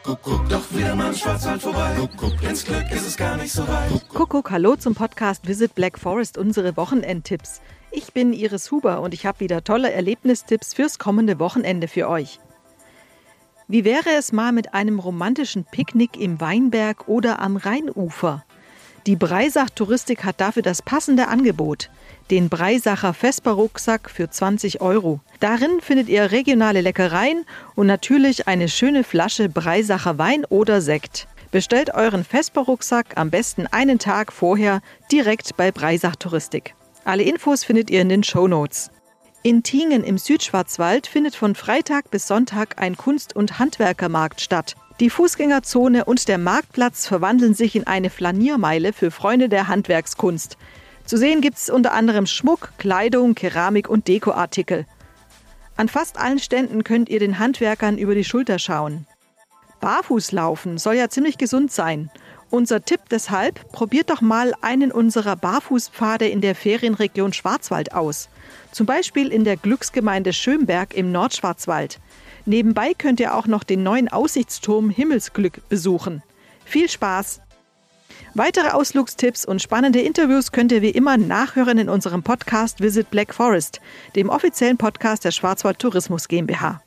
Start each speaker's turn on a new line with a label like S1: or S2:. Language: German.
S1: Doch wieder mal im Schwarzwald vorbei. Ins Glück ist es gar nicht so weit.
S2: Kuckuck, hallo zum Podcast Visit Black Forest, unsere Wochenendtipps. Ich bin Iris Huber und ich habe wieder tolle Erlebnistipps fürs kommende Wochenende für euch. Wie wäre es mal mit einem romantischen Picknick im Weinberg oder am Rheinufer? Die Breisach Touristik hat dafür das passende Angebot. Den Breisacher Vesper-Rucksack für 20 €. Darin findet ihr regionale Leckereien und natürlich eine schöne Flasche Breisacher Wein oder Sekt. Bestellt euren Vesper-Rucksack am besten einen Tag vorher direkt bei Breisach Touristik. Alle Infos findet ihr in den Shownotes. In Tingen im Südschwarzwald findet von Freitag bis Sonntag ein Kunst- und Handwerkermarkt statt. Die Fußgängerzone und der Marktplatz verwandeln sich in eine Flaniermeile für Freunde der Handwerkskunst. Zu sehen gibt es unter anderem Schmuck, Kleidung, Keramik und Dekoartikel. An fast allen Ständen könnt ihr den Handwerkern über die Schulter schauen. Barfußlaufen soll ja ziemlich gesund sein. Unser Tipp deshalb, probiert doch mal einen unserer Barfußpfade in der Ferienregion Schwarzwald aus. Zum Beispiel in der Glücksgemeinde Schönberg im Nordschwarzwald. Nebenbei könnt ihr auch noch den neuen Aussichtsturm Himmelsglück besuchen. Viel Spaß! Weitere Ausflugstipps und spannende Interviews könnt ihr wie immer nachhören in unserem Podcast Visit Black Forest, dem offiziellen Podcast der Schwarzwald Tourismus GmbH.